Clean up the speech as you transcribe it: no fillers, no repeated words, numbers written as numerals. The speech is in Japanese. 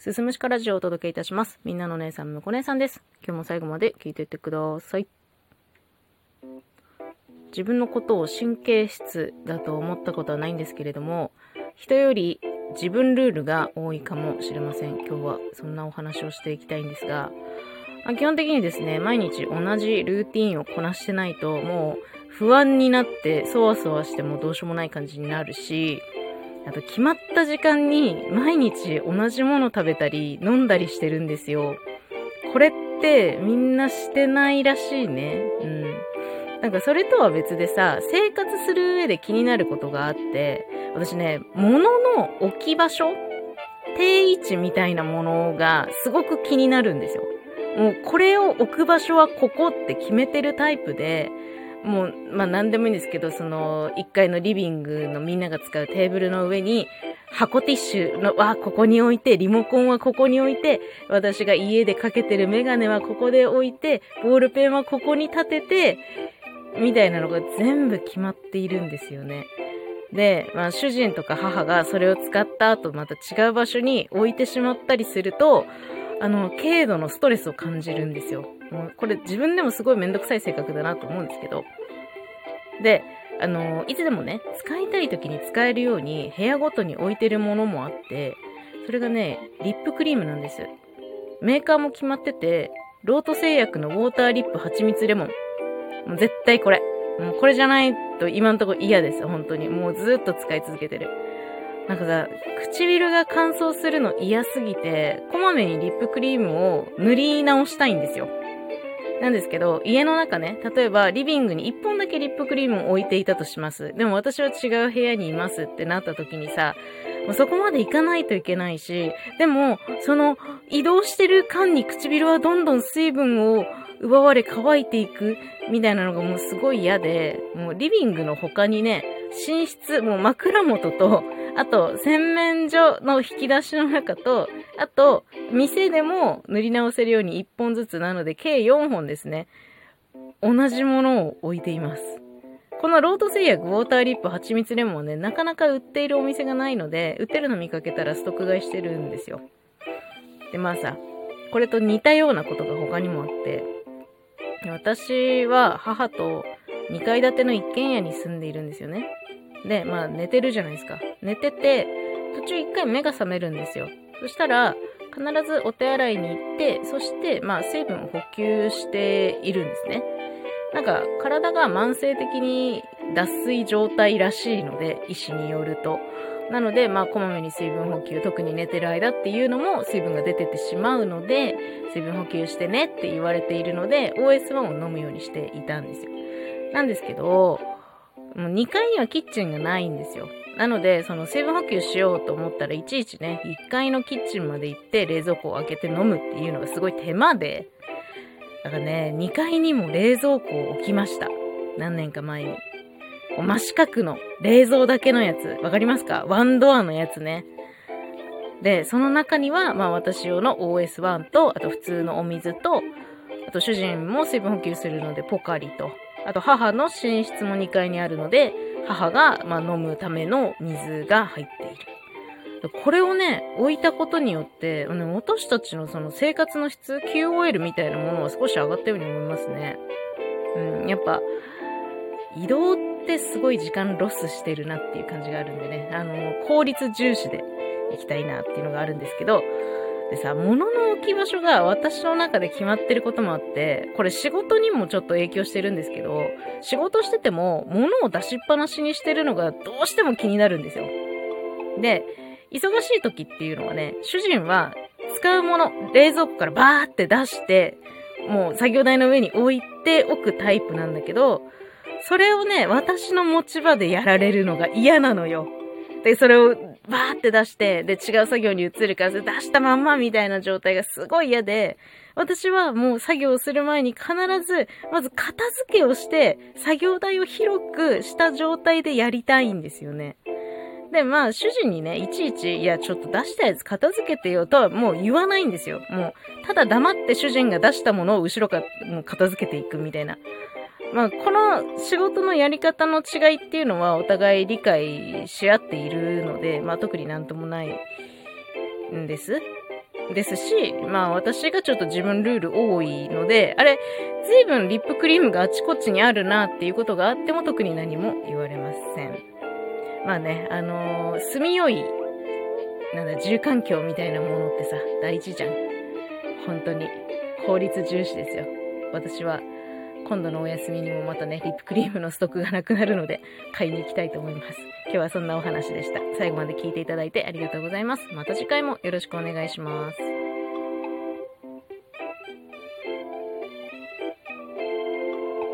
すすむしかラジオをお届けいたします。みんなの姉さん、むこ姉さんです。今日も最後まで聞いていってください。自分のことを神経質だと思ったことはないんですけれども、人より自分ルールが多いかもしれません。今日はそんなお話をしていきたいんですが、基本的にですね、毎日同じルーティンをこなしてないと、もう不安になってそわそわしてもどうしようもない感じになるし、あと決まった時間に毎日同じもの食べたり飲んだりしてるんですよ。これってみんなしてないらしいね。なんかそれとは別でさ、生活する上で気になることがあって、私ね、物の置き場所、定位置みたいなものがすごく気になるんですよ。もうこれを置く場所はここって決めてるタイプで、もう、何でもいいんですけど、その、1階のリビングのみんなが使うテーブルの上に、箱ティッシュのはここに置いて、リモコンはここに置いて、私が家でかけてるメガネはここで置いて、ボールペンはここに立てて、みたいなのが全部決まっているんですよね。で、主人とか母がそれを使った後、また違う場所に置いてしまったりすると、軽度のストレスを感じるんですよ。もうこれ自分でもすごいめんどくさい性格だなと思うんですけど。で、いつでもね、使いたい時に使えるように部屋ごとに置いてるものもあって、それがね、リップクリームなんです。メーカーも決まってて、ロート製薬のウォーターリップ蜂蜜レモン。もう絶対これ。もうこれじゃないと今のところ嫌です。本当に。もうずっと使い続けてる。なんかさ、唇が乾燥するの嫌すぎて、こまめにリップクリームを塗り直したいんですよ。なんですけど、家の中ね、例えばリビングに1本だけリップクリームを置いていたとします。でも私は違う部屋にいますってなった時にさ、もうそこまで行かないといけないし、でも、その移動してる間に唇はどんどん水分を奪われ乾いていくみたいなのがもうすごい嫌で、もうリビングの他にね、寝室、もう枕元と、あと洗面所の引き出しの中と、あと店でも塗り直せるように1本ずつなので計4本ですね。同じものを置いています。このロート製薬ウォーターリップ蜂蜜レモンはね、なかなか売っているお店がないので、売ってるの見かけたらストック買いしてるんですよ。で、これと似たようなことが他にもあって、私は母と2階建ての一軒家に住んでいるんですよね。で、寝てるじゃないですか。寝てて、途中1回目が覚めるんですよ。そしたら、必ずお手洗いに行って、そして、水分を補給しているんですね。なんか、体が慢性的に脱水状態らしいので、医師によると。なので、こまめに水分補給、特に寝てる間っていうのも水分が出てってしまうので、水分補給してねって言われているので、OS1 を飲むようにしていたんですよ。なんですけど、もう2階にはキッチンがないんですよ。なので、その水分補給しようと思ったらいちいちね、1階のキッチンまで行って冷蔵庫を開けて飲むっていうのがすごい手間で、だからね、2階にも冷蔵庫を置きました。何年か前に。真四角の冷蔵だけのやつ。わかりますか？ワンドアのやつね。で、その中には、私用の OS1 と、あと普通のお水と、あと主人も水分補給するのでポカリと、あと母の寝室も2階にあるので、母が飲むための水が入っている。これをね、置いたことによって、私たちのその生活の質、QOL みたいなものは少し上がったように思いますね。やっぱ、移動ってすごい時間ロスしてるなっていう感じがあるんでね、効率重視で行きたいなっていうのがあるんですけど、でさ、物の置き場所が私の中で決まってることもあって、これ仕事にもちょっと影響してるんですけど、仕事してても物を出しっぱなしにしてるのがどうしても気になるんですよ。で、忙しい時っていうのはね、主人は使うもの、冷蔵庫からバーって出して、もう作業台の上に置いておくタイプなんだけど、それをね、私の持ち場でやられるのが嫌なのよ。で、それをバーって出して、で、違う作業に移るから、出したまんまみたいな状態がすごい嫌で、私はもう作業をする前に必ず、まず片付けをして、作業台を広くした状態でやりたいんですよね。で、主人にね、いちいち、いや、ちょっと出したやつ片付けてよとはもう言わないんですよ。もう、ただ黙って主人が出したものを後ろからもう片付けていくみたいな。この仕事のやり方の違いっていうのはお互い理解し合っているので、特になんともないんです。 ですし、私がちょっと自分ルール多いので、あれ、随分リップクリームがあちこちにあるなっていうことがあっても特に何も言われません。住みよい、住環境みたいなものってさ、大事じゃん。本当に。効率重視ですよ。私は、今度のお休みにもまたね、リップクリームのストックがなくなるので、買いに行きたいと思います。今日はそんなお話でした。最後まで聞いていただいてありがとうございます。また次回もよろしくお願いします。